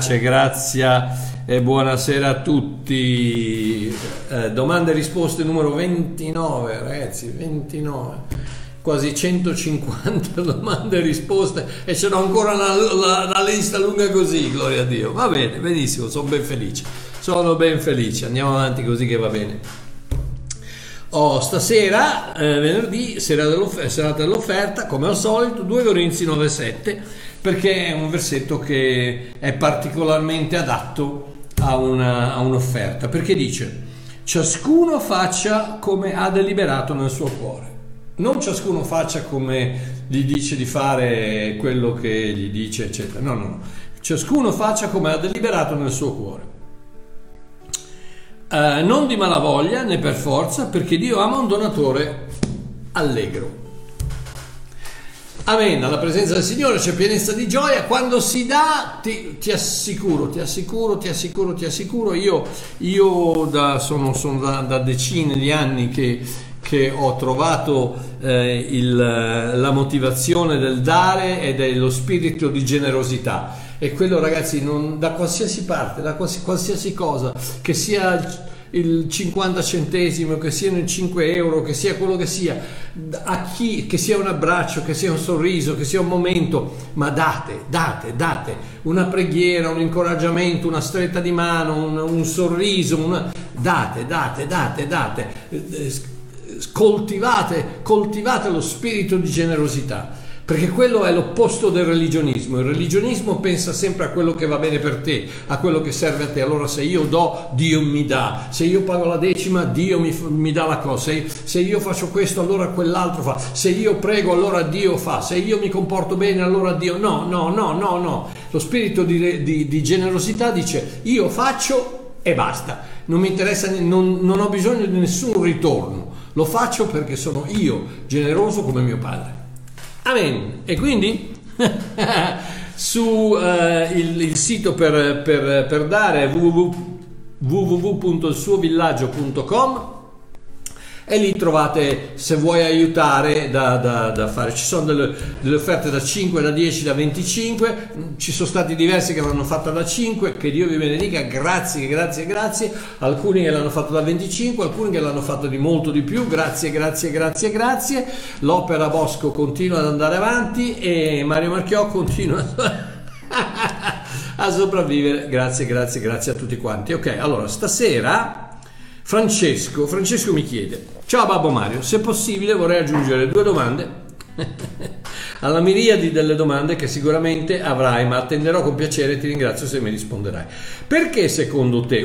grazia e buonasera a tutti. Domande e risposte numero 29, ragazzi, 29. Quasi 150 domande e risposte e ce n'ho ancora una lista lunga così, gloria a Dio. Va bene, benissimo, sono ben felice. Andiamo avanti così che va bene. Stasera, venerdì, serata dell'offerta, come al solito, 2 Corinzi 9,7, perché è un versetto che è particolarmente adatto a un'offerta, perché dice: ciascuno faccia come ha deliberato nel suo cuore. Non ciascuno faccia come gli dice di fare quello che gli dice, eccetera. No. Ciascuno faccia come ha deliberato nel suo cuore. Non di malavoglia né per forza, perché Dio ama un donatore allegro. Amen. Alla presenza del Signore c'è pienezza di gioia. Quando si dà, ti assicuro, sono da decine di anni che ho trovato la motivazione del dare ed è lo spirito di generosità. E quello, ragazzi, da qualsiasi parte, da qualsiasi cosa, che sia il 50 centesimo, che siano i 5 euro, che sia quello che sia, che sia un abbraccio, che sia un sorriso, che sia un momento, ma date, una preghiera, un incoraggiamento, una stretta di mano, un sorriso, date. Coltivate lo spirito di generosità, perché quello è l'opposto del religionismo. Il religionismo pensa sempre a quello che va bene per te, a quello che serve a te. Allora se io do, Dio mi dà. Se io pago la decima, Dio mi dà la cosa. Se io faccio questo, allora quell'altro fa. Se io prego, allora Dio fa. Se io mi comporto bene, allora Dio... No. Lo spirito di generosità dice: io faccio e basta. Non mi interessa, non ho bisogno di nessun ritorno. Lo faccio perché sono io generoso come mio padre. Amen. E quindi su il sito per dare è www.ilsuovillaggio.com e lì trovate, se vuoi aiutare, da fare. Ci sono delle offerte da 5, da 10, da 25. Ci sono stati diversi che l'hanno fatta da 5, che Dio vi benedica, grazie. Alcuni che l'hanno fatto da 25, alcuni che l'hanno fatto di molto di più, grazie. L'opera Bosco continua ad andare avanti e Mario Marchiò continua a sopravvivere. Grazie a tutti quanti. Ok, allora stasera Francesco mi chiede: ciao Babbo Mario, se possibile vorrei aggiungere 2 domande alla miriade delle domande che sicuramente avrai, ma attenderò con piacere e ti ringrazio se mi risponderai. Perché secondo te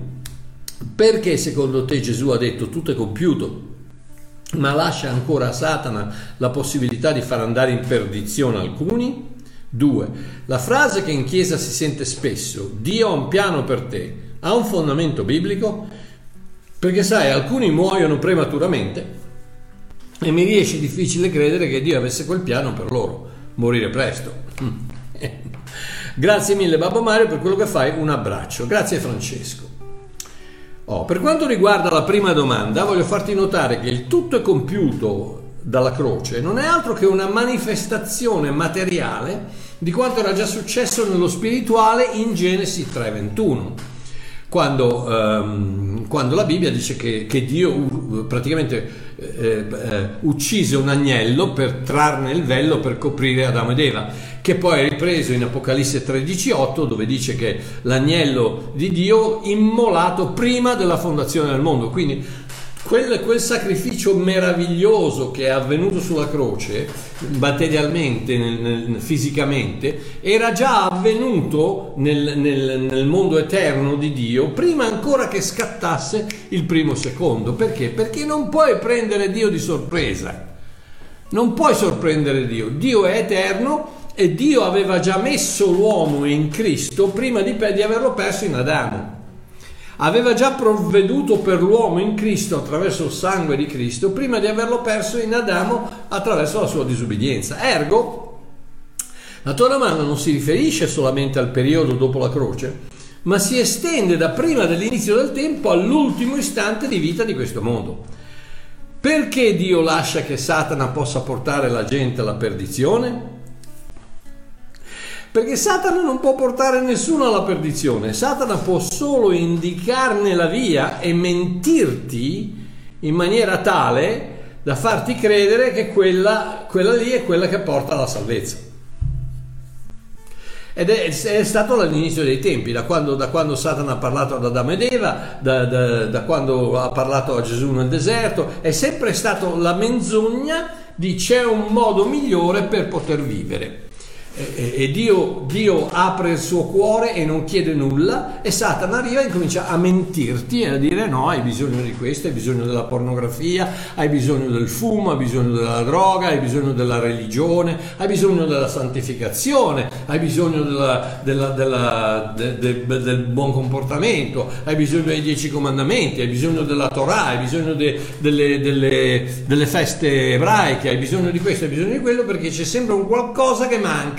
Gesù ha detto tutto è compiuto, ma lascia ancora a Satana la possibilità di far andare in perdizione alcuni? 2. La frase che in chiesa si sente spesso, Dio ha un piano per te, ha un fondamento biblico? Perché sai, alcuni muoiono prematuramente e mi riesce difficile credere che Dio avesse quel piano per loro, morire presto. Grazie mille Babbo Mario per quello che fai, un abbraccio. Grazie Francesco. Per quanto riguarda la prima domanda, voglio farti notare che il tutto è compiuto dalla croce non è altro che una manifestazione materiale di quanto era già successo nello spirituale in Genesi 3:21. Quando la Bibbia dice che Dio praticamente uccise un agnello per trarne il vello per coprire Adamo ed Eva, che poi è ripreso in Apocalisse 13:8, dove dice che l'agnello di Dio immolato prima della fondazione del mondo. Quindi quel sacrificio meraviglioso che è avvenuto sulla croce, materialmente, fisicamente, era già avvenuto nel mondo eterno di Dio prima ancora che scattasse il primo secondo. Perché? Perché non puoi prendere Dio di sorpresa, non puoi sorprendere Dio. Dio è eterno e Dio aveva già messo l'uomo in Cristo prima di averlo perso in Adamo. Aveva già provveduto per l'uomo in Cristo attraverso il sangue di Cristo prima di averlo perso in Adamo attraverso la sua disubbidienza. Ergo, la tua domanda non si riferisce solamente al periodo dopo la croce, ma si estende da prima dell'inizio del tempo all'ultimo istante di vita di questo mondo. Perché Dio lascia che Satana possa portare la gente alla perdizione? Perché Satana non può portare nessuno alla perdizione, Satana può solo indicarne la via e mentirti in maniera tale da farti credere che quella lì è quella che porta alla salvezza. Ed è stato dall'inizio dei tempi, da quando Satana ha parlato ad Adamo ed Eva, da quando ha parlato a Gesù nel deserto, è sempre stato la menzogna di c'è un modo migliore per poter vivere. E Dio apre il suo cuore e non chiede nulla, e Satana arriva e comincia a mentirti e a dire no, hai bisogno di questo, hai bisogno della pornografia, hai bisogno del fumo, hai bisogno della droga, hai bisogno della religione, hai bisogno della santificazione, hai bisogno del buon comportamento, hai bisogno dei 10 comandamenti, hai bisogno della Torah, hai bisogno delle feste ebraiche, hai bisogno di questo, hai bisogno di quello, perché c'è sempre un qualcosa che manca.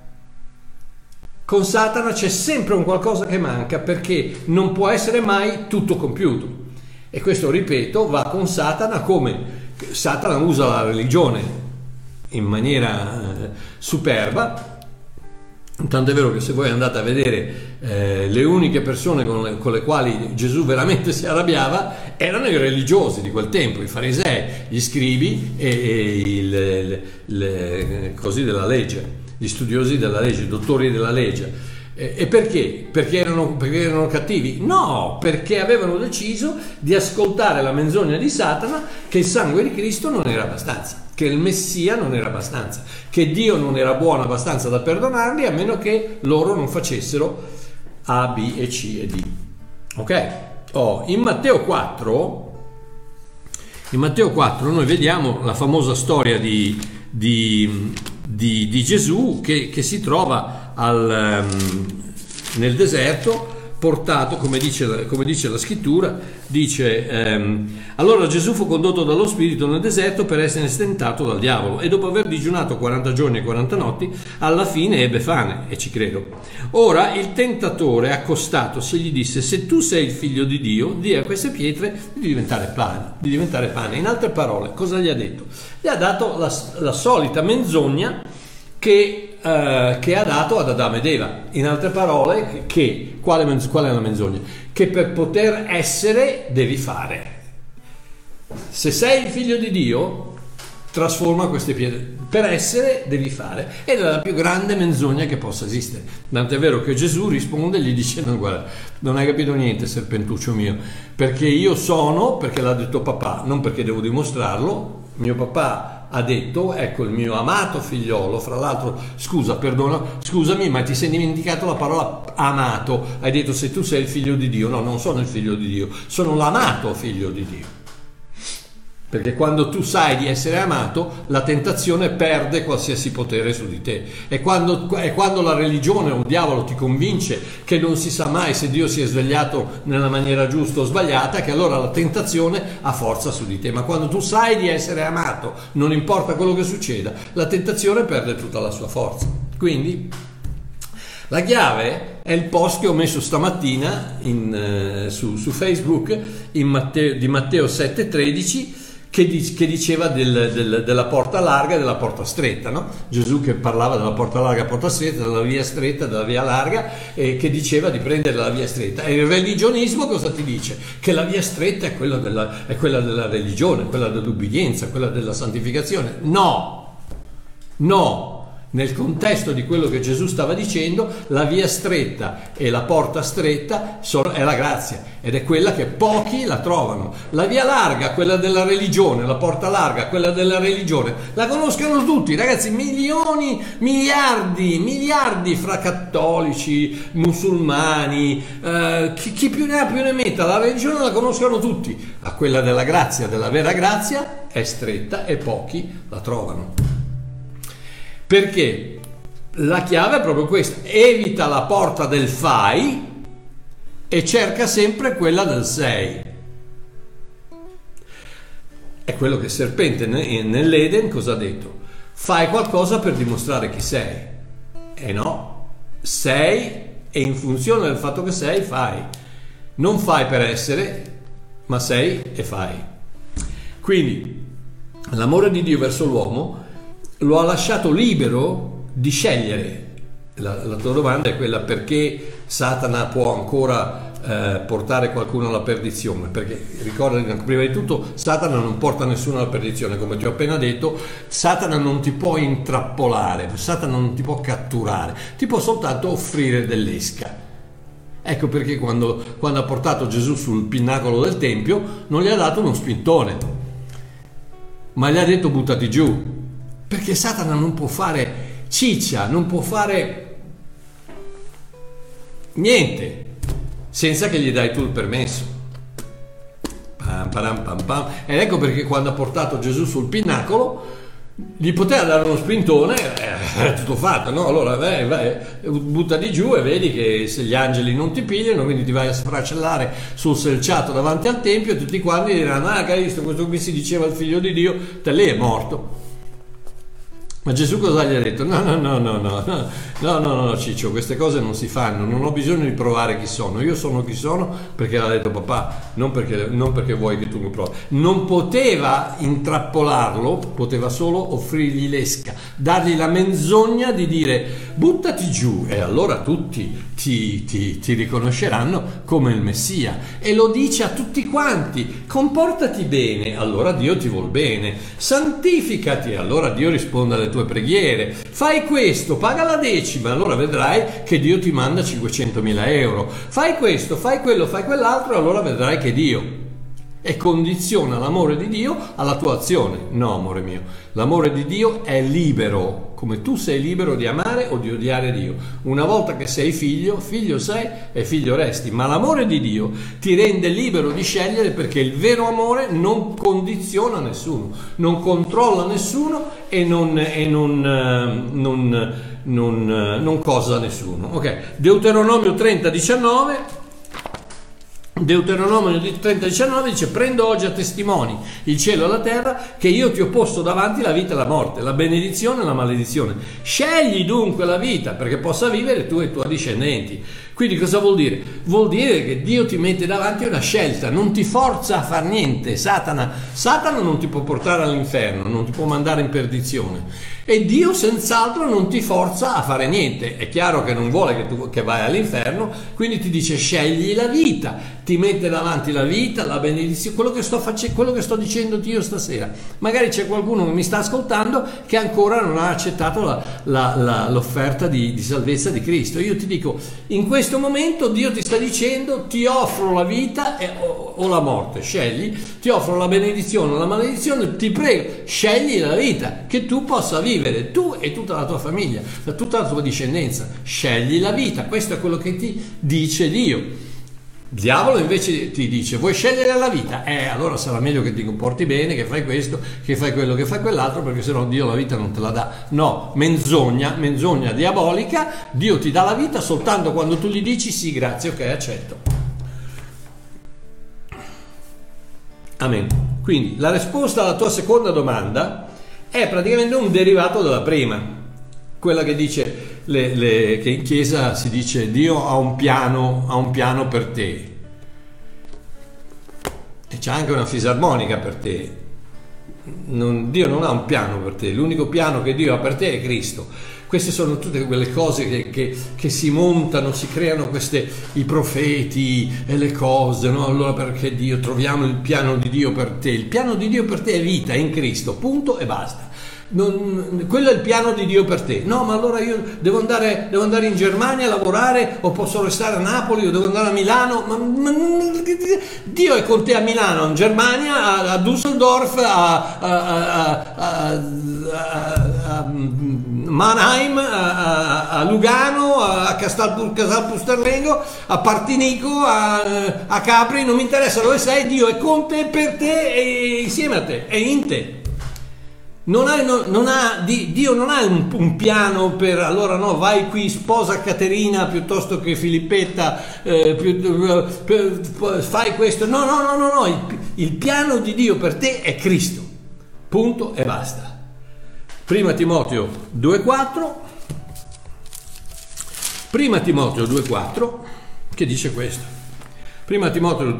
Con Satana c'è sempre un qualcosa che manca, perché non può essere mai tutto compiuto. E questo, ripeto, va con Satana come Satana usa la religione in maniera superba. Tanto è vero che se voi andate a vedere le uniche persone con le quali Gesù veramente si arrabbiava erano i religiosi di quel tempo, i farisei, gli scribi e così della legge, gli studiosi della legge, i dottori della legge. E perché? Perché erano cattivi? No, perché avevano deciso di ascoltare la menzogna di Satana che il sangue di Cristo non era abbastanza, che il Messia non era abbastanza, che Dio non era buono abbastanza da perdonarli a meno che loro non facessero A, B e C e D. Ok? In Matteo 4 noi vediamo la famosa storia di Gesù che si trova nel deserto, portato, come dice la scrittura, allora Gesù fu condotto dallo Spirito nel deserto per essere tentato dal diavolo, e dopo aver digiunato 40 giorni e 40 notti, alla fine ebbe fame, e ci credo. Ora il tentatore, accostatosi, gli disse: se tu sei il figlio di Dio, di a queste pietre di diventare pane. In altre parole, cosa gli ha detto? Gli ha dato la solita menzogna che ha dato ad Adamo ed Eva. In altre parole, qual è la menzogna? Che per poter essere devi fare. Se sei il figlio di Dio, trasforma queste pietre. Per essere devi fare. Ed è la più grande menzogna che possa esistere. Tanto è vero che Gesù risponde e gli dice: no, guarda, non hai capito niente, serpentuccio mio, perché io sono, perché l'ha detto papà, non perché devo dimostrarlo. Mio papà ha detto: ecco il mio amato figliolo. Fra l'altro, scusami, ma ti sei dimenticato la parola amato. Hai detto: se tu sei il figlio di Dio. No, non sono il figlio di Dio, sono l'amato figlio di Dio. Perché quando tu sai di essere amato, la tentazione perde qualsiasi potere su di te. E quando la religione o il diavolo ti convince che non si sa mai se Dio si è svegliato nella maniera giusta o sbagliata, che allora la tentazione ha forza su di te. Ma quando tu sai di essere amato, non importa quello che succeda, la tentazione perde tutta la sua forza. Quindi la chiave è il post che ho messo stamattina su Facebook di Matteo 7,13, che diceva della porta larga e della porta stretta, no? Gesù che parlava della porta larga e porta stretta, della via stretta e della via larga, e che diceva di prendere la via stretta. E il religionismo cosa ti dice? Che la via stretta è quella della religione, quella dell'ubbidienza, quella della santificazione. No! Nel contesto di quello che Gesù stava dicendo, la via stretta e la porta stretta è la grazia, ed è quella che pochi la trovano. La via larga, quella della religione, la porta larga, quella della religione, la conoscono tutti, ragazzi, milioni, miliardi fra cattolici, musulmani, chi più ne ha più ne metta. La religione la conoscono tutti, ma quella della grazia, della vera grazia, è stretta e pochi la trovano. Perché la chiave è proprio questa: evita la porta del fai e cerca sempre quella del sei. È quello che il serpente nell'Eden cosa ha detto? Fai qualcosa per dimostrare chi sei. E no, sei, e in funzione del fatto che sei, fai. Non fai per essere, ma sei e fai. Quindi l'amore di Dio verso l'uomo lo ha lasciato libero di scegliere La tua domanda è quella: perché Satana può ancora portare qualcuno alla perdizione? Perché ricorda, prima di tutto, Satana non porta nessuno alla perdizione, come ti ho appena detto. Satana non ti può intrappolare, Satana non ti può catturare, ti può soltanto offrire dell'esca. Ecco perché quando ha portato Gesù sul pinnacolo del Tempio non gli ha dato uno spintone, ma gli ha detto buttati giù, perché Satana non può fare ciccia, non può fare niente senza che gli dai tu il permesso. Pam, pam, pam, pam. Ed ecco perché quando ha portato Gesù sul pinnacolo gli poteva dare uno spintone, è tutto fatto, no? Allora vai, buttati giù e vedi che se gli angeli non ti pigliano, quindi ti vai a sfracellare sul selciato davanti al Tempio e tutti quanti diranno: ah, che hai visto, questo qui si diceva il figlio di Dio, te lì è morto. Ma Gesù cosa gli ha detto? No, Ciccio, queste cose non si fanno, non ho bisogno di provare chi sono, io sono chi sono perché l'ha detto papà, non perché vuoi che tu mi provi. Non poteva intrappolarlo, poteva solo offrirgli l'esca, dargli la menzogna di dire buttati giù e allora tutti ti riconosceranno come il Messia, e lo dice a tutti quanti: comportati bene, allora Dio ti vuol bene, santificati, allora Dio risponde alle tue preghiere, fai questo, paga la decima, allora vedrai che Dio ti manda 500.000 euro, fai questo, fai quello, fai quell'altro, allora vedrai che Dio. E condiziona l'amore di Dio alla tua azione. No, amore mio, l'amore di Dio è libero, come tu sei libero di amare o di odiare Dio. Una volta che sei figlio sei e figlio resti, ma l'amore di Dio ti rende libero di scegliere, perché il vero amore non condiziona nessuno, non controlla nessuno e non cosa nessuno. Ok, Deuteronomio 30:19 dice: prendo oggi a testimoni il cielo e la terra che io ti ho posto davanti la vita e la morte, la benedizione e la maledizione. Scegli dunque la vita perché possa vivere tu e i tuoi discendenti. Quindi cosa vuol dire? Vuol dire che Dio ti mette davanti una scelta, non ti forza a far niente. Satana non ti può portare all'inferno, non ti può mandare in perdizione, e Dio senz'altro non ti forza a fare niente. È chiaro che non vuole che vai all'inferno, quindi ti dice scegli la vita, ti mette davanti la vita, la benedizione, quello che sto dicendo io stasera. Magari c'è qualcuno che mi sta ascoltando che ancora non ha accettato l'offerta di salvezza di Cristo. Io ti dico, in questo momento Dio ti sta dicendo: ti offro la vita o la morte, scegli, ti offro la benedizione o la maledizione, ti prego, scegli la vita, che tu possa vivere, tu e tutta la tua famiglia, tutta la tua discendenza. Scegli la vita, questo è quello che ti dice Dio. Il diavolo invece ti dice: vuoi scegliere la vita? Allora sarà meglio che ti comporti bene, che fai questo, che fai quello, che fai quell'altro, perché sennò Dio la vita non te la dà. No, menzogna diabolica. Dio ti dà la vita soltanto quando tu gli dici sì, grazie, ok, accetto. Amen. Quindi la risposta alla tua seconda domanda è praticamente un derivato della prima, quella che dice che in chiesa si dice: Dio ha un piano per te, e c'è anche una fisarmonica per te. Dio non ha un piano per te, l'unico piano che Dio ha per te è Cristo. Queste sono tutte quelle cose che si montano, si creano i profeti e le cose, no? Allora perché troviamo il piano di Dio per te? Il piano di Dio per te è vita in Cristo, punto e basta. Quello è il piano di Dio per te. No, ma allora io devo andare in Germania a lavorare, o posso restare a Napoli, o devo andare a Milano. Ma Dio è con te a Milano, in Germania, a Düsseldorf, a Mannheim, a Lugano, a Casal Pusterlengo, a Partinico, a Capri. Non mi interessa dove sei, Dio è con te, per te e insieme a te, è in te. Dio non ha un piano per allora no, vai qui, sposa Caterina piuttosto che Filippetta, fai questo. No, il piano di Dio per te è Cristo, punto e basta. Prima Timoteo 2,4 che dice questo. Prima Timoteo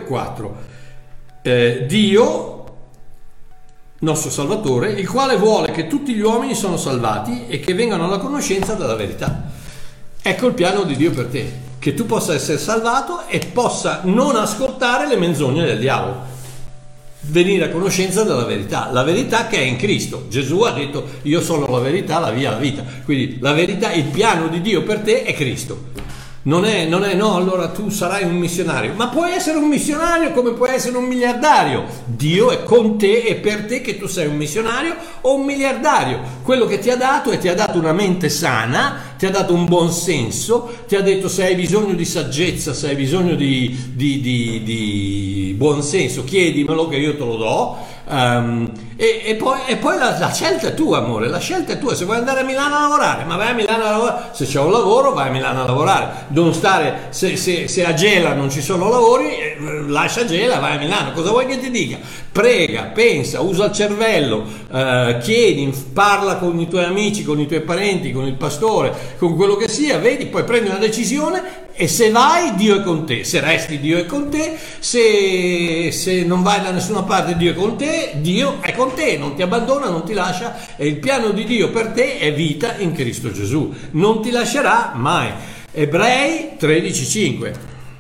2,4 Dio nostro Salvatore, il quale vuole che tutti gli uomini siano salvati e che vengano alla conoscenza della verità. Ecco il piano di Dio per te, che tu possa essere salvato e possa non ascoltare le menzogne del diavolo, venire a conoscenza della verità che è in Cristo. Gesù ha detto: io sono la verità, la via, la vita. Quindi la verità, il piano di Dio per te è Cristo. Non è no, allora tu sarai un missionario, ma puoi essere un missionario come puoi essere un miliardario. Dio è con te e per te, che tu sei un missionario o un miliardario. Quello che ti ha dato è: ti ha dato una mente sana, ti ha dato un buon senso, ti ha detto: se hai bisogno di saggezza, se hai bisogno di buon senso, chiedimelo che io te lo do. E poi la scelta è tua, amore, la scelta è tua. Se vuoi andare a Milano a lavorare, ma vai a Milano a lavorare. Se c'è un lavoro, vai a Milano a lavorare. Non stare, se a Gela non ci sono lavori, lascia Gela, vai a Milano. Cosa vuoi che ti dica? Prega, pensa, usa il cervello, chiedi, parla con i tuoi amici, con i tuoi parenti, con il pastore, con quello che sia, vedi, poi prendi una decisione. E se vai, Dio è con te. Se resti, Dio è con te. Se non vai da nessuna parte, Dio è con te. Dio è con te, non ti abbandona, non ti lascia. E il piano di Dio per te è vita in Cristo Gesù. Non ti lascerà mai. Ebrei 13:5.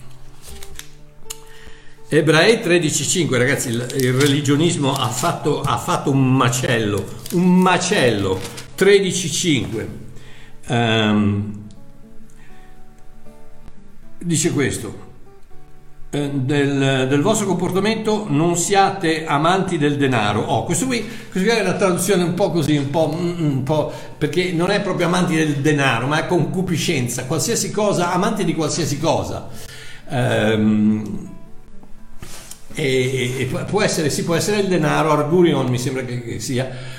Ebrei 13:5, ragazzi, il religionismo ha fatto un macello. 13:5. Dice questo: del vostro comportamento non siate amanti del denaro. Questa qui è una traduzione un po' così, un po', perché non è proprio amanti del denaro, ma è concupiscenza, qualsiasi cosa, amanti di qualsiasi cosa. E può essere il denaro, argurion mi sembra che sia.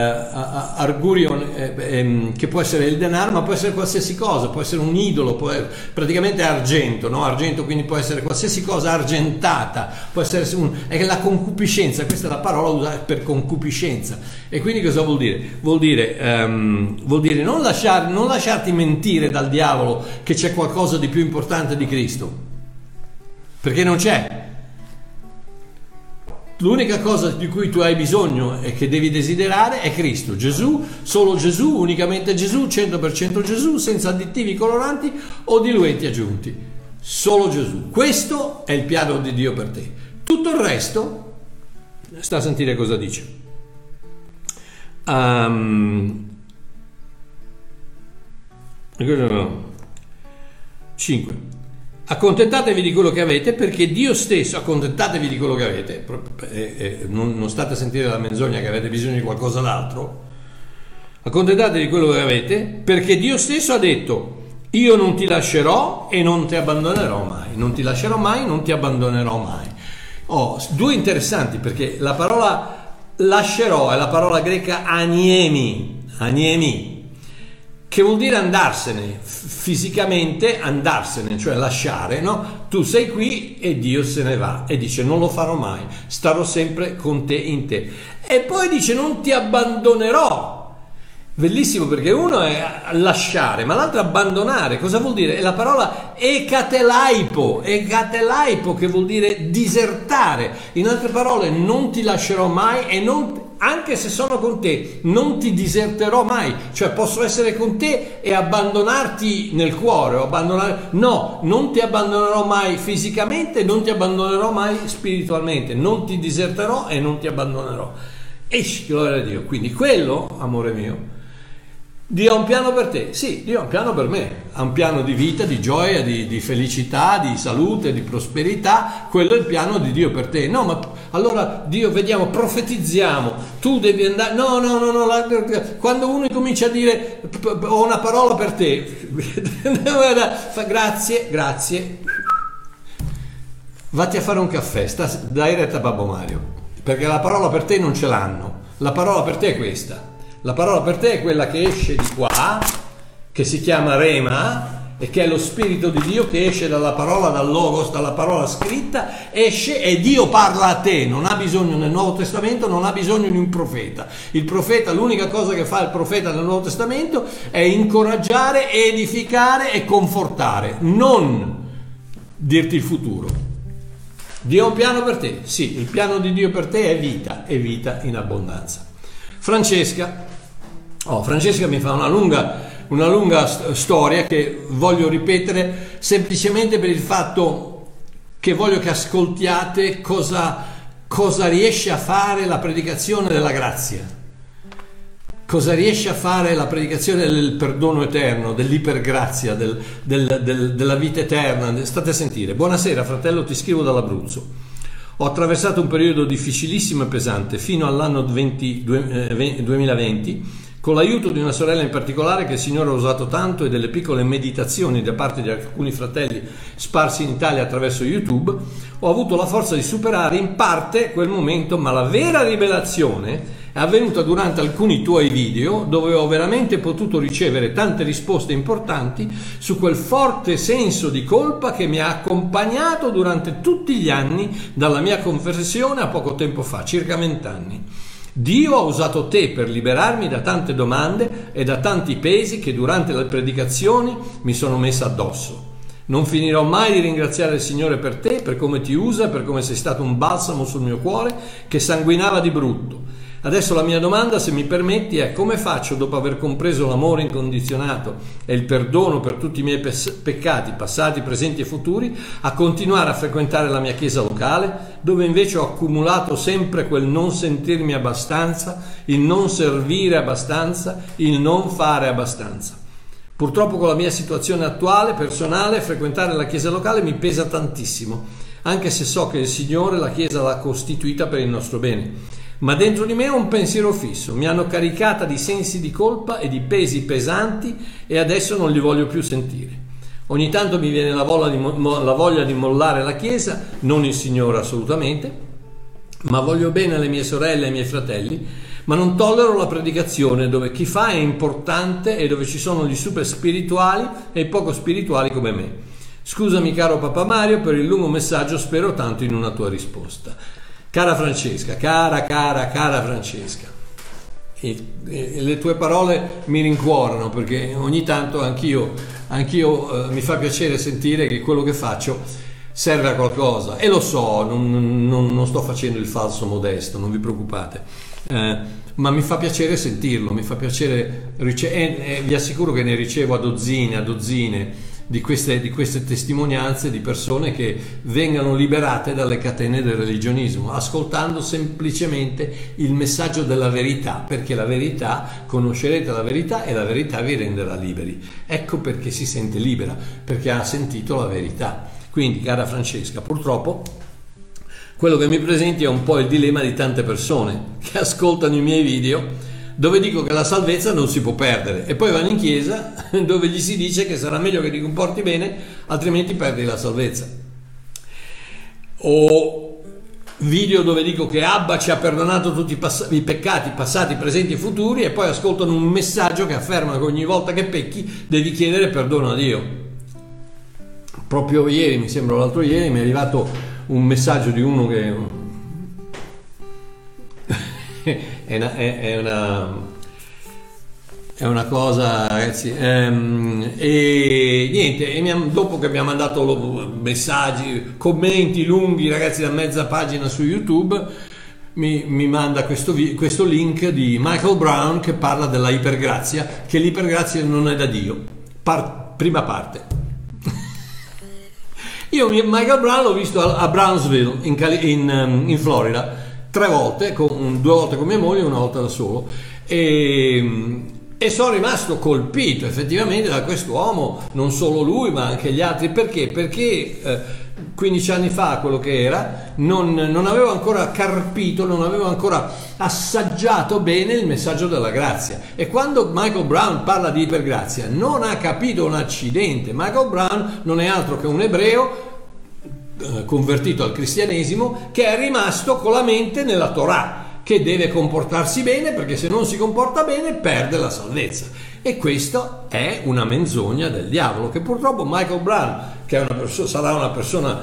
Argurion, che può essere il denaro, ma può essere qualsiasi cosa, può essere un idolo, praticamente è argento, no? Argento, quindi può essere qualsiasi cosa argentata, può essere è la concupiscenza. Questa è la parola usata per concupiscenza. E quindi cosa vuol dire? Vuol dire non lasciarti mentire dal diavolo che c'è qualcosa di più importante di Cristo, perché non c'è. L'unica cosa di cui tu hai bisogno e che devi desiderare è Cristo, Gesù, solo Gesù, unicamente Gesù, 100% Gesù, senza additivi, coloranti o diluenti aggiunti. Solo Gesù. Questo è il piano di Dio per te. Tutto il resto, sta a sentire cosa dice. 5. Accontentatevi di quello che avete, perché Dio stesso, accontentatevi di quello che avete, non state a sentire la menzogna che avete bisogno di qualcosa d'altro. Accontentatevi di quello che avete, perché Dio stesso ha detto: io non ti lascerò e non ti abbandonerò mai. Non ti lascerò mai, non ti abbandonerò mai. Due interessanti, perché la parola lascerò è la parola greca aniemi, che vuol dire andarsene, fisicamente andarsene, cioè lasciare, no? Tu sei qui e Dio se ne va e dice: non lo farò mai, starò sempre con te, in te. E poi dice: non ti abbandonerò. Bellissimo, perché uno è lasciare, ma l'altro abbandonare. Cosa vuol dire? È la parola ekatelaipo, che vuol dire disertare. In altre parole, non ti lascerò mai e anche se sono con te, non ti diserterò mai. Cioè, posso essere con te e abbandonarti nel cuore, no, non ti abbandonerò mai fisicamente, non ti abbandonerò mai spiritualmente, non ti diserterò e non ti abbandonerò. Gloria a Dio. Quindi quello, amore mio, Dio ha un piano per te. Sì, Dio ha un piano per me, ha un piano di vita, di gioia, di felicità, di salute, di prosperità. Quello è il piano di Dio per te. No, ma allora Dio, vediamo, profetizziamo, tu devi andare, no, quando uno comincia a dire: ho una parola per te, grazie, vatti a fare un caffè, dai retta a Babbo Mario, perché la parola per te non ce l'hanno. La parola per te è questa. La parola per te è quella che esce di qua, che si chiama Rema, e che è lo Spirito di Dio che esce dalla parola, dal Logos, dalla parola scritta, esce e Dio parla a te. Non ha bisogno, nel Nuovo Testamento non ha bisogno di un profeta. Il profeta, l'unica cosa che fa il profeta nel Nuovo Testamento è incoraggiare, edificare e confortare, non dirti il futuro. Dio ha un piano per te? Sì, il piano di Dio per te è vita, e vita in abbondanza. Francesca mi fa una lunga una lunga storia che voglio ripetere semplicemente per il fatto che voglio che ascoltiate cosa riesce a fare la predicazione della grazia, cosa riesce a fare la predicazione del perdono eterno, dell'ipergrazia, della vita eterna. State a sentire. Buonasera fratello, ti scrivo dall'Abruzzo. Ho attraversato un periodo difficilissimo e pesante fino all'anno 2020 con l'aiuto di una sorella in particolare che il Signore ha usato tanto e delle piccole meditazioni da parte di alcuni fratelli sparsi in Italia attraverso YouTube. Ho avuto la forza di superare in parte quel momento, ma la vera rivelazione è avvenuta durante alcuni tuoi video dove ho veramente potuto ricevere tante risposte importanti su quel forte senso di colpa che mi ha accompagnato durante tutti gli anni dalla mia conversione a poco tempo fa, circa 20 anni. Dio ha usato te per liberarmi da tante domande e da tanti pesi che durante le predicazioni mi sono messa addosso. Non finirò mai di ringraziare il Signore per te, per come ti usa, per come sei stato un balsamo sul mio cuore che sanguinava di brutto. Adesso la mia domanda, se mi permetti, è: come faccio, dopo aver compreso l'amore incondizionato e il perdono per tutti i miei peccati, passati, presenti e futuri, a continuare a frequentare la mia chiesa locale, dove invece ho accumulato sempre quel non sentirmi abbastanza, il non servire abbastanza, il non fare abbastanza. Purtroppo con la mia situazione attuale, personale, frequentare la chiesa locale mi pesa tantissimo, anche se so che il Signore la chiesa l'ha costituita per il nostro bene. Ma dentro di me ho un pensiero fisso, mi hanno caricata di sensi di colpa e di pesi pesanti e adesso non li voglio più sentire. Ogni tanto mi viene la voglia di mollare la Chiesa, non il Signore assolutamente, ma voglio bene alle mie sorelle e ai miei fratelli, ma non tollero la predicazione dove chi fa è importante e dove ci sono gli super spirituali e i poco spirituali come me. Scusami caro Papa Mario per il lungo messaggio, spero tanto in una tua risposta. Cara Francesca, cara Francesca, le tue parole mi rincuorano perché ogni tanto anch'io mi fa piacere sentire che quello che faccio serve a qualcosa e lo so, non sto facendo il falso modesto, non vi preoccupate, ma mi fa piacere sentirlo, mi fa piacere vi assicuro che ne ricevo a dozzine di queste testimonianze di persone che vengano liberate dalle catene del religionismo, ascoltando semplicemente il messaggio della verità, perché la verità, conoscerete la verità e la verità vi renderà liberi. Ecco perché si sente libera, perché ha sentito la verità. Quindi, cara Francesca, purtroppo quello che mi presenti è un po' il dilemma di tante persone che ascoltano i miei video dove dico che la salvezza non si può perdere e poi vanno in chiesa dove gli si dice che sarà meglio che ti comporti bene altrimenti perdi la salvezza, o video dove dico che Abba ci ha perdonato tutti i peccati passati, presenti e futuri e poi ascoltano un messaggio che afferma che ogni volta che pecchi devi chiedere perdono a Dio. Proprio ieri, mi sembra l'altro ieri, mi è arrivato un messaggio di uno che è una cosa, ragazzi, e niente, dopo che mi ha mandato messaggi, commenti lunghi, ragazzi, da mezza pagina su YouTube, mi manda questo link di Michael Brown che parla della ipergrazia, che l'ipergrazia non è da Dio. Prima parte. Io Michael Brown l'ho visto a Brownsville in Florida 3 volte, 2 volte con mia moglie e 1 volta da solo, e sono rimasto colpito effettivamente da quest'uomo, non solo lui ma anche gli altri. Perché? Perché 15 anni fa, quello che era, non avevo ancora carpito, non avevo ancora assaggiato bene il messaggio della grazia, e quando Michael Brown parla di ipergrazia non ha capito un accidente. Michael Brown non è altro che un ebreo convertito al cristianesimo che è rimasto con la mente nella Torah, che deve comportarsi bene perché se non si comporta bene perde la salvezza. E questa è una menzogna del diavolo che purtroppo Michael Brown, che è sarà una persona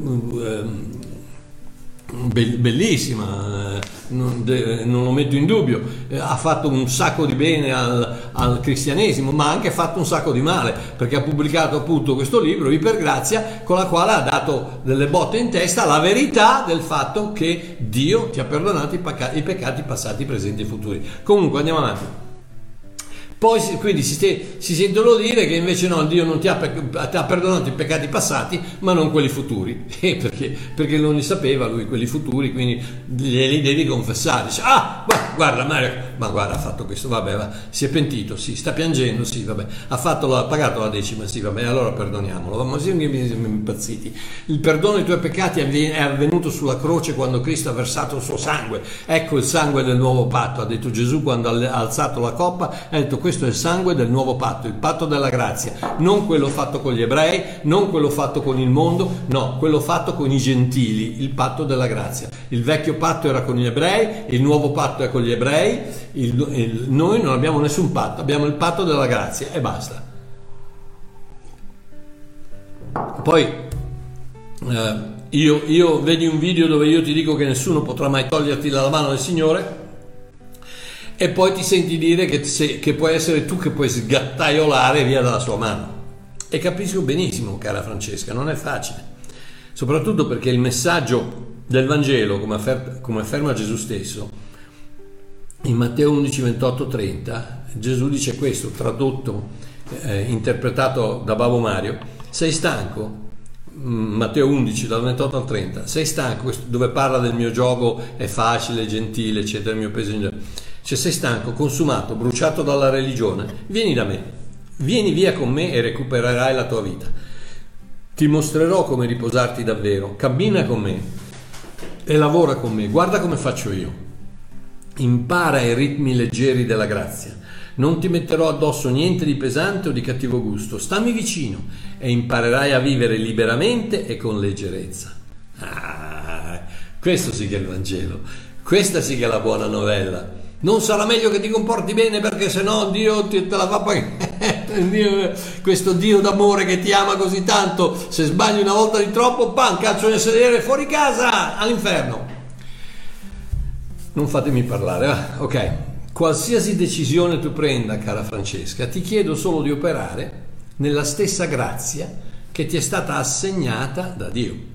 bellissima, non lo metto in dubbio, ha fatto un sacco di bene al cristianesimo, ma ha anche fatto un sacco di male, perché ha pubblicato appunto questo libro Ipergrazia, con la quale ha dato delle botte in testa alla verità del fatto che Dio ti ha perdonato i peccati passati, presenti e futuri. Comunque andiamo avanti. Poi quindi si sentono dire che invece no, Dio non ti ha perdonato i peccati passati, ma non quelli futuri. Perché non li sapeva lui quelli futuri, quindi li devi confessare. Dice, guarda Mario, ma guarda, ha fatto questo, vabbè, si è pentito, sì, sta piangendo, sì, vabbè, ha pagato la decima, sì, vabbè, allora perdoniamolo. Ma siamo impazziti. Il perdono dei tuoi peccati è avvenuto sulla croce quando Cristo ha versato il suo sangue. Ecco il sangue del nuovo patto, ha detto Gesù quando ha alzato la coppa, ha detto questo è il sangue del nuovo patto, il patto della grazia, non quello fatto con gli ebrei, non quello fatto con il mondo, no, quello fatto con i gentili, il patto della grazia. Il vecchio patto era con gli ebrei, il nuovo patto è con gli ebrei, noi non abbiamo nessun patto, abbiamo il patto della grazia e basta. Poi io vedi un video dove io ti dico che nessuno potrà mai toglierti dalla mano del Signore, e poi ti senti dire che puoi essere tu che puoi sgattaiolare via dalla sua mano. E capisco benissimo, cara Francesca, non è facile, soprattutto perché il messaggio del Vangelo, come afferma Gesù stesso in Matteo 11, 28, 30, Gesù dice questo, tradotto, interpretato da Babo Mario: sei stanco? Matteo 11 dal 28 al 30, sei stanco? Dove parla del mio gioco è facile, gentile, eccetera, il mio peso in gioco. Cioè, sei stanco, consumato, bruciato dalla religione? Vieni da me, vieni via con me e recupererai la tua vita. Ti mostrerò come riposarti davvero. Cammina con me e lavora con me. Guarda come faccio io. Impara i ritmi leggeri della grazia. Non ti metterò addosso niente di pesante o di cattivo gusto. Stammi vicino e imparerai a vivere liberamente e con leggerezza. Questo sì che è il Vangelo. Questa sì che è la buona novella. Non sarà meglio che ti comporti bene, perché sennò Dio te la fa pagare. Questo Dio d'amore che ti ama così tanto, se sbagli una volta di troppo, calcio nel sedere, fuori casa, all'inferno. Non fatemi parlare, ok. Qualsiasi decisione tu prenda, cara Francesca, ti chiedo solo di operare nella stessa grazia che ti è stata assegnata da Dio.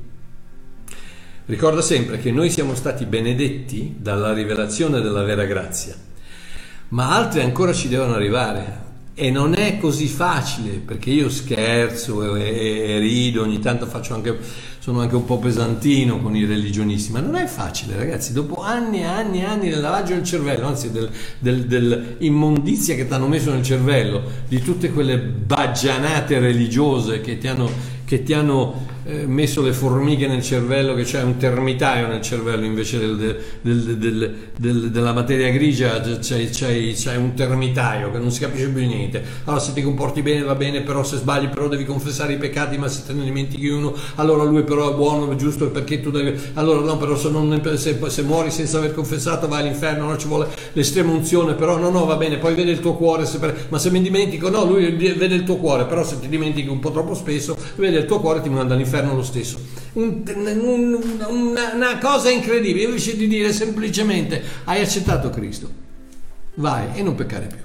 Ricorda sempre che noi siamo stati benedetti dalla rivelazione della vera grazia, ma altri ancora ci devono arrivare, e non è così facile, perché io scherzo e rido, ogni tanto sono anche un po' pesantino con i religionisti, ma non è facile, ragazzi. Dopo anni e anni e anni del lavaggio del cervello, anzi dell'immondizia che ti hanno messo nel cervello, di tutte quelle baggianate religiose che ti hanno messo le formiche nel cervello, che c'è un termitaio nel cervello invece della materia grigia, c'è un termitaio che non si capisce più niente. Allora, se ti comporti bene va bene, però se sbagli però devi confessare i peccati, ma se te ne dimentichi uno, allora lui però è buono, è giusto, perché tu devi, allora no, però se muori senza aver confessato vai all'inferno, no, ci vuole l'estrema unzione, però no va bene, poi vede il tuo cuore, ma se mi dimentico, no, lui vede il tuo cuore, però se ti dimentichi un po' troppo spesso, vede il tuo cuore, ti manda all'inferno lo stesso. Una cosa incredibile, invece di dire semplicemente hai accettato Cristo, vai e non peccare più.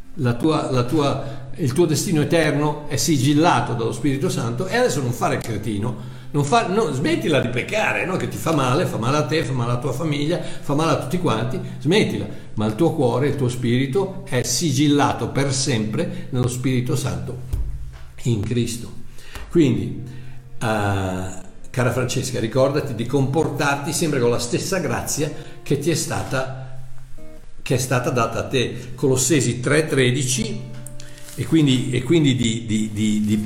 Il tuo destino eterno è sigillato dallo Spirito Santo, e adesso non fare il cretino, smettila di peccare, no? Che ti fa male a te, fa male alla tua famiglia, fa male a tutti quanti, smettila, ma il tuo cuore, il tuo spirito è sigillato per sempre nello Spirito Santo in Cristo. Quindi cara Francesca, ricordati di comportarti sempre con la stessa grazia che è stata data a te. Colossesi 3,13, e quindi di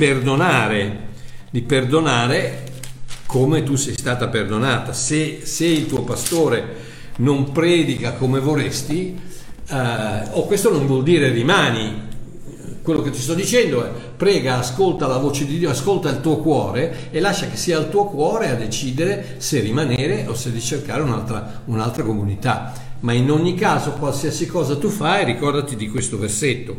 perdonare come tu sei stata perdonata. Se il tuo pastore non predica come vorresti, questo non vuol dire rimani. Quello che ti sto dicendo è: prega, ascolta la voce di Dio, ascolta il tuo cuore e lascia che sia il tuo cuore a decidere se rimanere o se di cercare un'altra comunità. Ma in ogni caso, qualsiasi cosa tu fai, ricordati di questo versetto,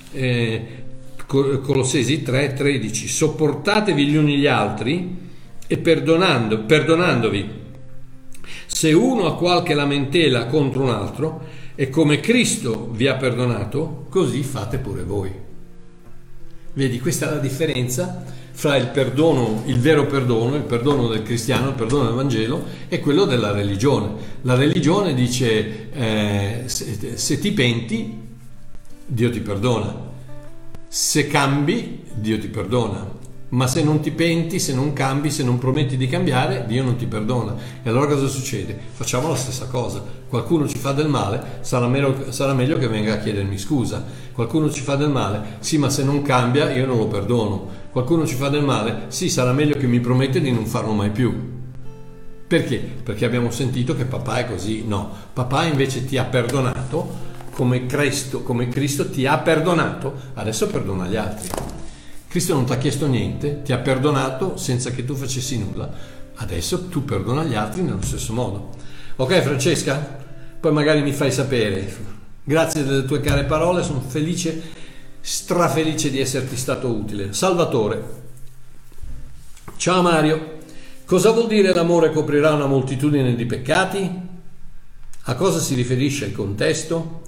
Colossesi 3,13: sopportatevi gli uni gli altri e perdonandovi se uno ha qualche lamentela contro un altro, e come Cristo vi ha perdonato, così fate pure voi. Vedi, questa è la differenza fra il perdono, il vero perdono, il perdono del cristiano, il perdono del Vangelo, e quello della religione. La religione dice se ti penti Dio ti perdona. Se cambi, Dio ti perdona. Ma se non ti penti, se non cambi, se non prometti di cambiare, Dio non ti perdona. E allora cosa succede? Facciamo la stessa cosa. Qualcuno ci fa del male, sarà meglio che venga a chiedermi scusa. Qualcuno ci fa del male, sì, ma se non cambia io non lo perdono. Qualcuno ci fa del male, sì, sarà meglio che mi promette di non farlo mai più. Perché? Perché abbiamo sentito che papà è così. No, papà invece ti ha perdonato come Cristo ti ha perdonato, adesso perdona gli altri. Cristo non ti ha chiesto niente, ti ha perdonato senza che tu facessi nulla, adesso tu perdona gli altri nello stesso modo. Ok Francesca? Poi magari mi fai sapere. Grazie delle tue care parole, sono felice, strafelice di esserti stato utile. Salvatore. Ciao Mario. Cosa vuol dire l'amore coprirà una moltitudine di peccati? A cosa si riferisce il contesto?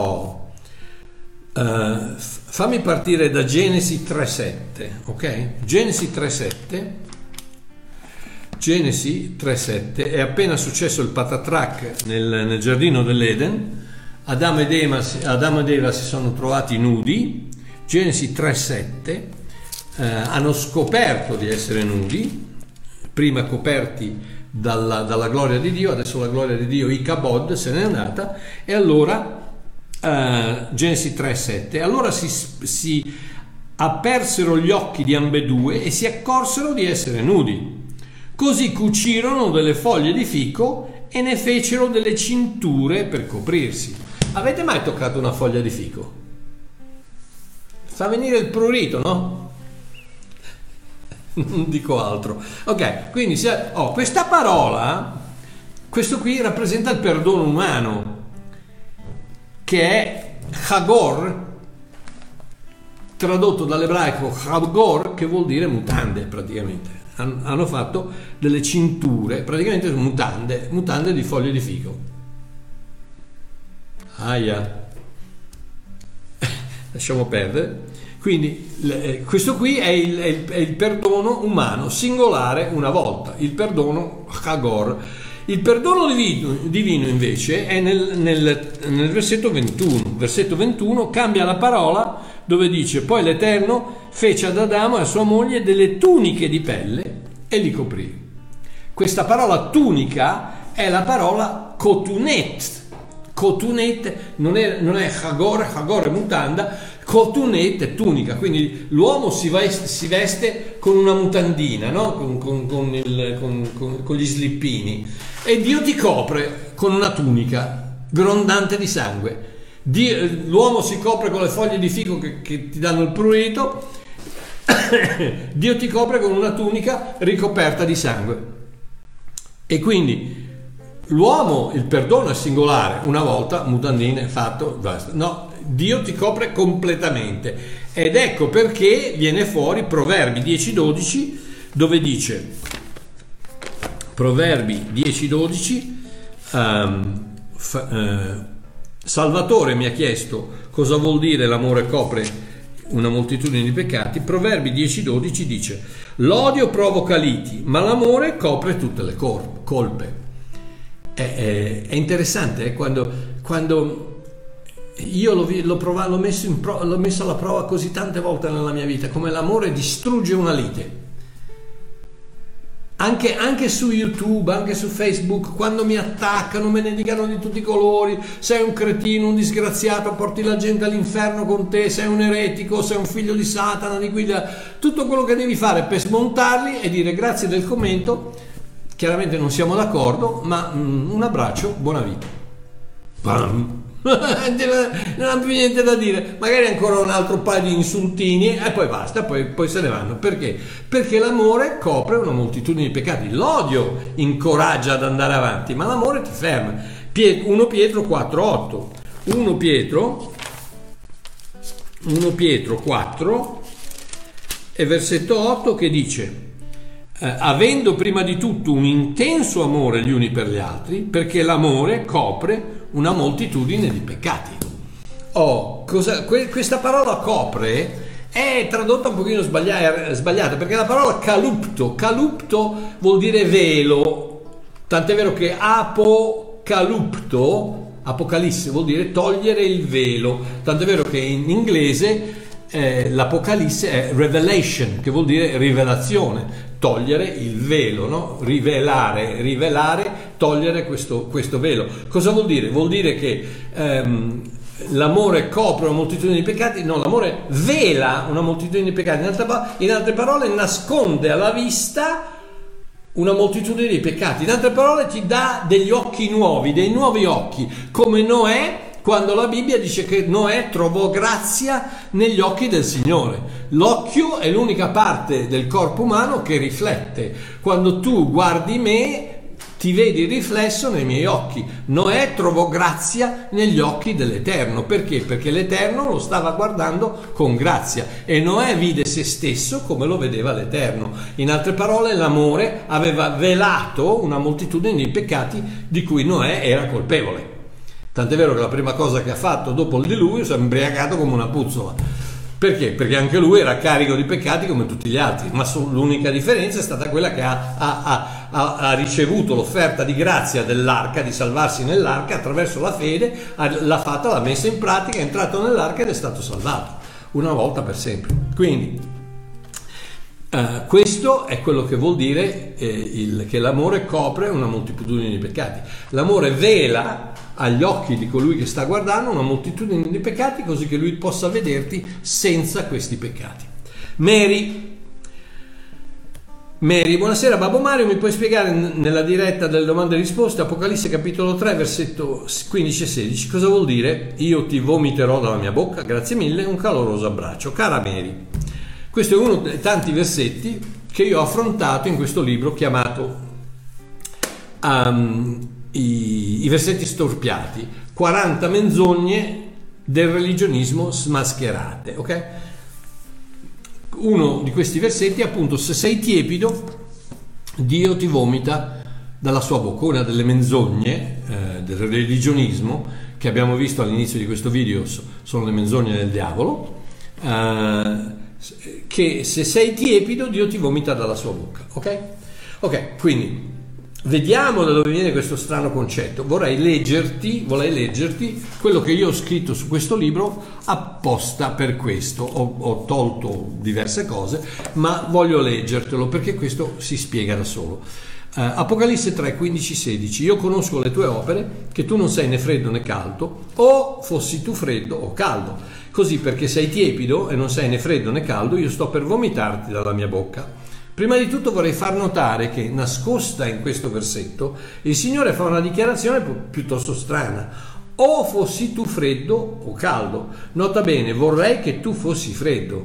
Fammi partire da Genesi 3.7, ok? Genesi 3.7 è appena successo il patatrac nel giardino dell'Eden. Adamo ed Eva si sono trovati nudi. Genesi 3.7 hanno scoperto di essere nudi, prima coperti dalla gloria di Dio, adesso la gloria di Dio Icabod se n'è andata, e allora Genesi 3.7 allora si apersero gli occhi di ambedue e si accorsero di essere nudi, così cucirono delle foglie di fico e ne fecero delle cinture per coprirsi. Avete mai toccato una foglia di fico? Fa venire il prurito, no? Non dico altro. Ok, quindi questa parola, questo qui rappresenta il perdono umano, che è Hagor, tradotto dall'ebraico Hagor, che vuol dire mutande praticamente. Hanno fatto delle cinture, praticamente mutande di foglie di fico. Aia. Lasciamo perdere. Quindi questo qui è il perdono umano, singolare una volta, il perdono Hagor. Il perdono divino invece è nel versetto 21. Versetto 21 cambia la parola, dove dice: poi l'Eterno fece ad Adamo e a sua moglie delle tuniche di pelle e li coprì. Questa parola tunica è la parola cotunet. Cotunet non è Hagor è mutanda, cotunet è tunica, quindi l'uomo si veste con una mutandina, no? con gli slippini, e Dio ti copre con una tunica grondante di sangue. L'uomo si copre con le foglie di fico che ti danno il prurito, Dio ti copre con una tunica ricoperta di sangue. E quindi l'uomo, il perdono è singolare, una volta, mutandine, fatto, basta. No, Dio ti copre completamente. Ed ecco perché viene fuori Proverbi 10.12, dove dice, Proverbi 10.12, Salvatore mi ha chiesto cosa vuol dire l'amore copre una moltitudine di peccati. Proverbi 10.12 dice: l'odio provoca liti, ma l'amore copre tutte le colpe. È interessante quando io l'ho messo alla prova così tante volte nella mia vita, come l'amore distrugge una lite. Anche su YouTube, anche su Facebook, quando mi attaccano, me ne dicano di tutti i colori: sei un cretino, un disgraziato, porti la gente all'inferno con te, sei un eretico, sei un figlio di Satana, di guida, tutto quello che devi fare per smontarli e dire grazie del commento. Chiaramente non siamo d'accordo, ma un abbraccio, buona vita. Bam. Non ha più niente da dire, magari ancora un altro paio di insultini e poi basta, poi se ne vanno. Perché? Perché l'amore copre una moltitudine di peccati. L'odio incoraggia ad andare avanti, ma l'amore ti ferma. 1 Pietro 4.8, 1 Pietro 4 e versetto 8, che dice: avendo prima di tutto un intenso amore gli uni per gli altri, perché l'amore copre una moltitudine di peccati. Questa parola copre è tradotta un pochino sbagliata, perché la parola calupto vuol dire velo, tant'è vero che apocalupto Apocalisse vuol dire togliere il velo, tant'è vero che in inglese l'Apocalisse è revelation, che vuol dire rivelazione, togliere il velo, no? Rivelare, togliere questo velo. Cosa vuol dire? Vuol dire che l'amore copre una moltitudine di peccati, no, l'amore vela una moltitudine di peccati, in altre parole nasconde alla vista una moltitudine di peccati, in altre parole ti dà degli occhi nuovi, dei nuovi occhi, come Noè, quando la Bibbia dice che Noè trovò grazia negli occhi del Signore. L'occhio è l'unica parte del corpo umano che riflette. Quando tu guardi me, ti vedi riflesso nei miei occhi. Noè trovò grazia negli occhi dell'Eterno. Perché? Perché l'Eterno lo stava guardando con grazia e Noè vide se stesso come lo vedeva l'Eterno. In altre parole, l'amore aveva velato una moltitudine di peccati di cui Noè era colpevole. Tant'è vero che la prima cosa che ha fatto dopo il diluvio si è imbriacato come una puzzola. Perché? Perché anche lui era carico di peccati come tutti gli altri, ma l'unica differenza è stata quella che ha ricevuto l'offerta di grazia dell'arca, di salvarsi nell'arca attraverso la fede, l'ha messa in pratica, è entrato nell'arca ed è stato salvato, una volta per sempre. Quindi questo è quello che vuol dire che l'amore copre una moltitudine di peccati. L'amore vela agli occhi di colui che sta guardando una moltitudine di peccati, così che lui possa vederti senza questi peccati. Mary, buonasera Babbo Mario, mi puoi spiegare nella diretta delle domande e risposte Apocalisse capitolo 3 versetto 15 e 16 cosa vuol dire? Io ti vomiterò dalla mia bocca, grazie mille, un caloroso abbraccio. Cara Mary, questo è uno dei tanti versetti che io ho affrontato in questo libro chiamato i versetti storpiati, 40 menzogne del religionismo smascherate, ok? Uno di questi versetti è appunto: se sei tiepido, Dio ti vomita dalla sua bocca. Una delle menzogne del religionismo che abbiamo visto all'inizio di questo video sono le menzogne del diavolo, che se sei tiepido Dio ti vomita dalla sua bocca, ok? Quindi vediamo da dove viene questo strano concetto. Vorrei leggerti quello che io ho scritto su questo libro apposta per questo. Ho tolto diverse cose, ma voglio leggertelo perché questo si spiega da solo. Apocalisse 3, 15, 16. Io conosco le tue opere, che tu non sei né freddo né caldo, o fossi tu freddo o caldo. Così, perché sei tiepido e non sei né freddo né caldo, io sto per vomitarti dalla mia bocca. Prima di tutto vorrei far notare che, nascosta in questo versetto, il Signore fa una dichiarazione piuttosto strana. O fossi tu freddo o caldo. Nota bene, vorrei che tu fossi freddo.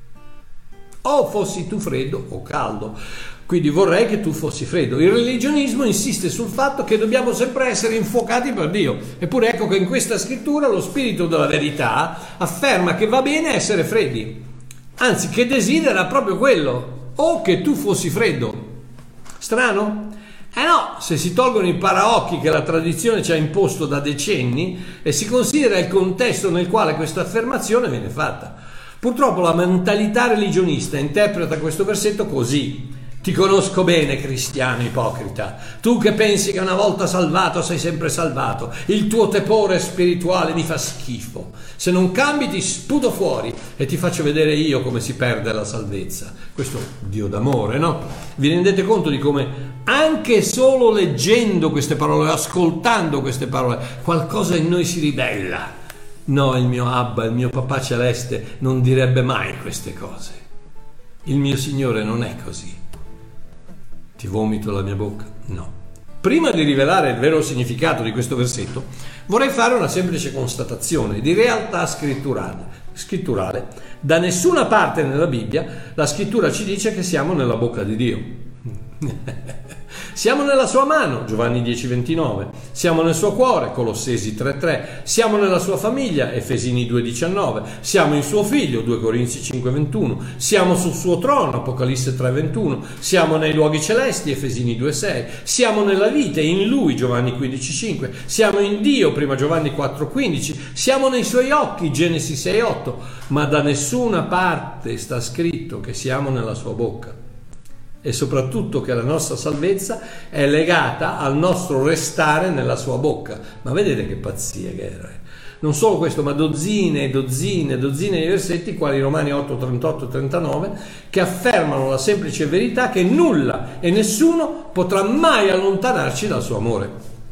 O fossi tu freddo o caldo. Quindi vorrei che tu fossi freddo. Il religionismo insiste sul fatto che dobbiamo sempre essere infuocati per Dio. Eppure ecco che in questa scrittura lo spirito della verità afferma che va bene essere freddi. Anzi, che desidera proprio quello. O che tu fossi freddo. Strano? No, se si tolgono i paraocchi che la tradizione ci ha imposto da decenni e si considera il contesto nel quale questa affermazione viene fatta. Purtroppo la mentalità religionista interpreta questo versetto così: ti conosco bene, cristiano ipocrita, tu che pensi che una volta salvato sei sempre salvato, il tuo tepore spirituale mi fa schifo, se non cambi ti sputo fuori e ti faccio vedere io come si perde la salvezza. Questo Dio d'amore, no? Vi rendete conto di come anche solo leggendo queste parole, ascoltando queste parole, qualcosa in noi si ribella? No, il mio Abba, il mio papà celeste non direbbe mai queste cose. Il mio Signore non è così. Ti vomito la mia bocca? No. Prima di rivelare il vero significato di questo versetto, vorrei fare una semplice constatazione di realtà scritturale. Da nessuna parte nella Bibbia la scrittura ci dice che siamo nella bocca di Dio. Siamo nella sua mano, Giovanni 10,29. Siamo nel suo cuore, Colossesi 3,3. Siamo nella sua famiglia, Efesini 2,19. Siamo in suo figlio, 2 Corinzi 5,21. Siamo sul suo trono, Apocalisse 3,21. Siamo nei luoghi celesti, Efesini 2,6. Siamo nella vita, in lui, Giovanni 15,5. Siamo in Dio, 1 Giovanni 4,15. Siamo nei suoi occhi, Genesi 6,8. Ma da nessuna parte sta scritto che siamo nella sua bocca. e soprattutto che la nostra salvezza è legata al nostro restare nella sua bocca. Ma vedete che pazzia che era. Non solo questo, ma dozzine e dozzine e dozzine di versetti, quali Romani 8, 38 e 39, che affermano la semplice verità che nulla e nessuno potrà mai allontanarci dal suo amore.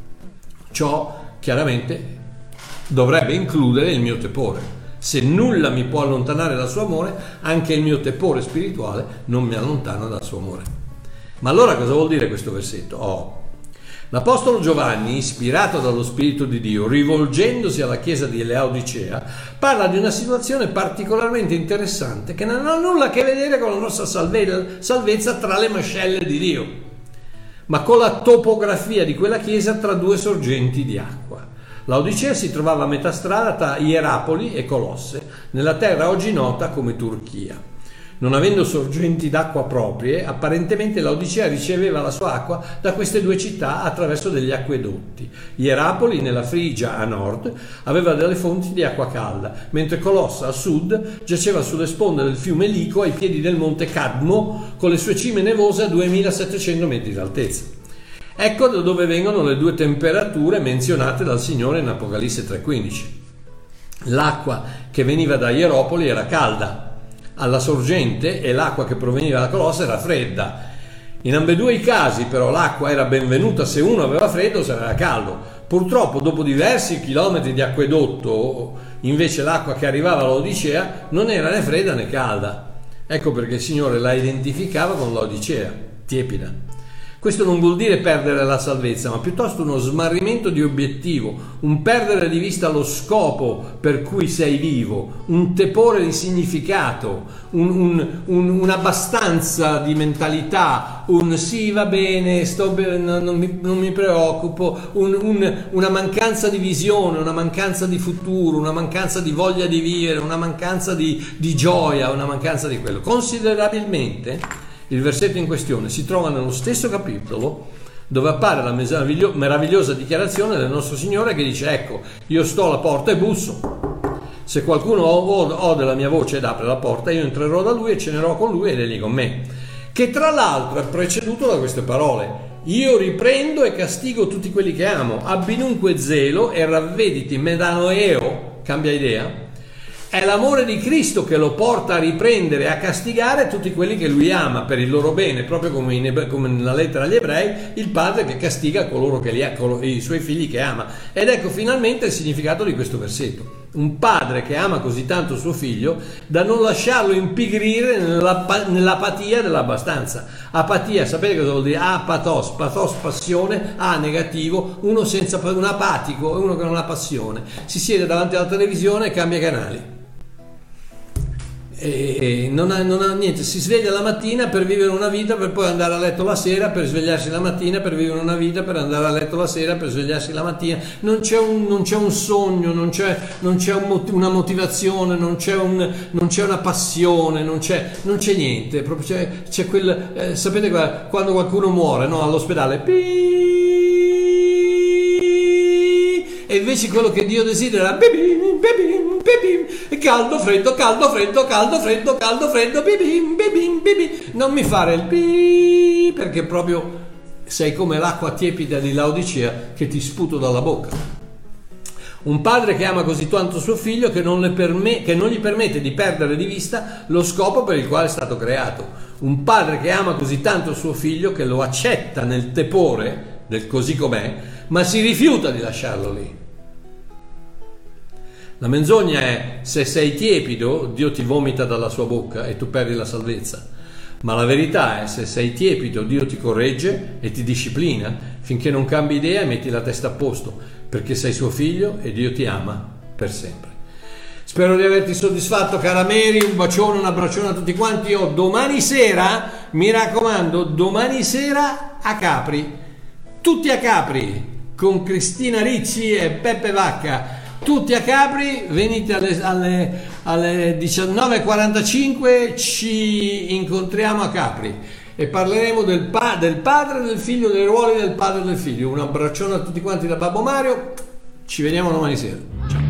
Ciò chiaramente dovrebbe includere il mio tepore. Se nulla mi può allontanare dal suo amore, anche il mio tepore spirituale non mi allontana dal suo amore. Ma allora cosa vuol dire questo versetto? L'Apostolo Giovanni, ispirato dallo Spirito di Dio, rivolgendosi alla chiesa di Laodicea, parla di una situazione particolarmente interessante che non ha nulla a che vedere con la nostra salvezza tra le mascelle di Dio, ma con la topografia di quella chiesa tra due sorgenti di acqua. Laodicea si trovava a metà strada tra Ierapoli e Colosse, nella terra oggi nota come Turchia. Non avendo sorgenti d'acqua proprie, apparentemente Laodicea riceveva la sua acqua da queste due città attraverso degli acquedotti. Ierapoli, nella Frigia a nord, aveva delle fonti di acqua calda, mentre Colossa a sud giaceva sulle sponde del fiume Lico ai piedi del monte Cadmo, con le sue cime nevose a 2700 metri d'altezza. Ecco da dove vengono le due temperature menzionate dal Signore in Apocalisse 3,15. L'acqua che veniva da Ierapoli era calda alla sorgente e l'acqua che proveniva da Colossa era fredda. In ambedue i casi però l'acqua era benvenuta se uno aveva freddo o se aveva caldo. Purtroppo dopo diversi chilometri di acquedotto invece l'acqua che arrivava all'Odicea non era né fredda né calda. Ecco perché il Signore la identificava con l'Odicea, tiepida. Questo non vuol dire perdere la salvezza, ma piuttosto uno smarrimento di obiettivo, un perdere di vista lo scopo per cui sei vivo, un tepore di significato, un'abbastanza di mentalità, un sì va bene, sto bene, non mi preoccupo, una mancanza di visione, una mancanza di futuro, una mancanza di voglia di vivere, una mancanza di gioia, una mancanza di quello. Considerabilmente il versetto in questione si trova nello stesso capitolo dove appare la meravigliosa dichiarazione del nostro Signore che dice: ecco, io sto alla porta e busso. Se qualcuno ode la mia voce ed apre la porta, io entrerò da lui e cenerò con lui ed egli con me. Che tra l'altro è preceduto da queste parole: io riprendo e castigo tutti quelli che amo. Abbi dunque zelo e ravvediti, metanoeo, cambia idea. È l'amore di Cristo che lo porta a riprendere e a castigare tutti quelli che lui ama per il loro bene, proprio come nella lettera agli Ebrei, il padre che castiga coloro che i suoi figli che ama. Ed ecco finalmente il significato di questo versetto: un padre che ama così tanto suo figlio da non lasciarlo impigrire nell'apatia dell'abbastanza. Apatia, sapete cosa vuol dire? Apatos, passione, negativo, un apatico è uno che non ha passione, si siede davanti alla televisione e cambia canali. E non ha niente, si sveglia la mattina per vivere una vita per poi andare a letto la sera, per svegliarsi la mattina per vivere una vita, per andare a letto la sera, per svegliarsi la mattina. Non c'è un sogno, non c'è una motivazione, non c'è una passione, non c'è niente, proprio c'è quel sapete quando qualcuno muore, no, all'ospedale, e invece quello che Dio desidera è caldo freddo, non mi fare il perché proprio sei come l'acqua tiepida di Laodicea che ti sputo dalla bocca. Un padre che ama così tanto suo figlio che non gli permette di perdere di vista lo scopo per il quale è stato creato. Un padre che ama così tanto suo figlio che lo accetta nel tepore del così com'è, ma si rifiuta di lasciarlo lì. La menzogna è: se sei tiepido, Dio ti vomita dalla sua bocca e tu perdi la salvezza. Ma la verità è: se sei tiepido, Dio ti corregge e ti disciplina finché non cambi idea e metti la testa a posto, perché sei suo figlio e Dio ti ama per sempre. Spero di averti soddisfatto, cara Mary. Un bacione, un abbraccione a tutti quanti. Io domani sera, mi raccomando, domani sera a Capri, tutti a Capri, con Cristina Ricci e Peppe Vacca. Tutti a Capri, venite alle 19:45, ci incontriamo a Capri e parleremo del padre e del figlio, dei ruoli del padre e del figlio. Un abbraccione a tutti quanti da Babbo Mario, ci vediamo domani sera. Ciao.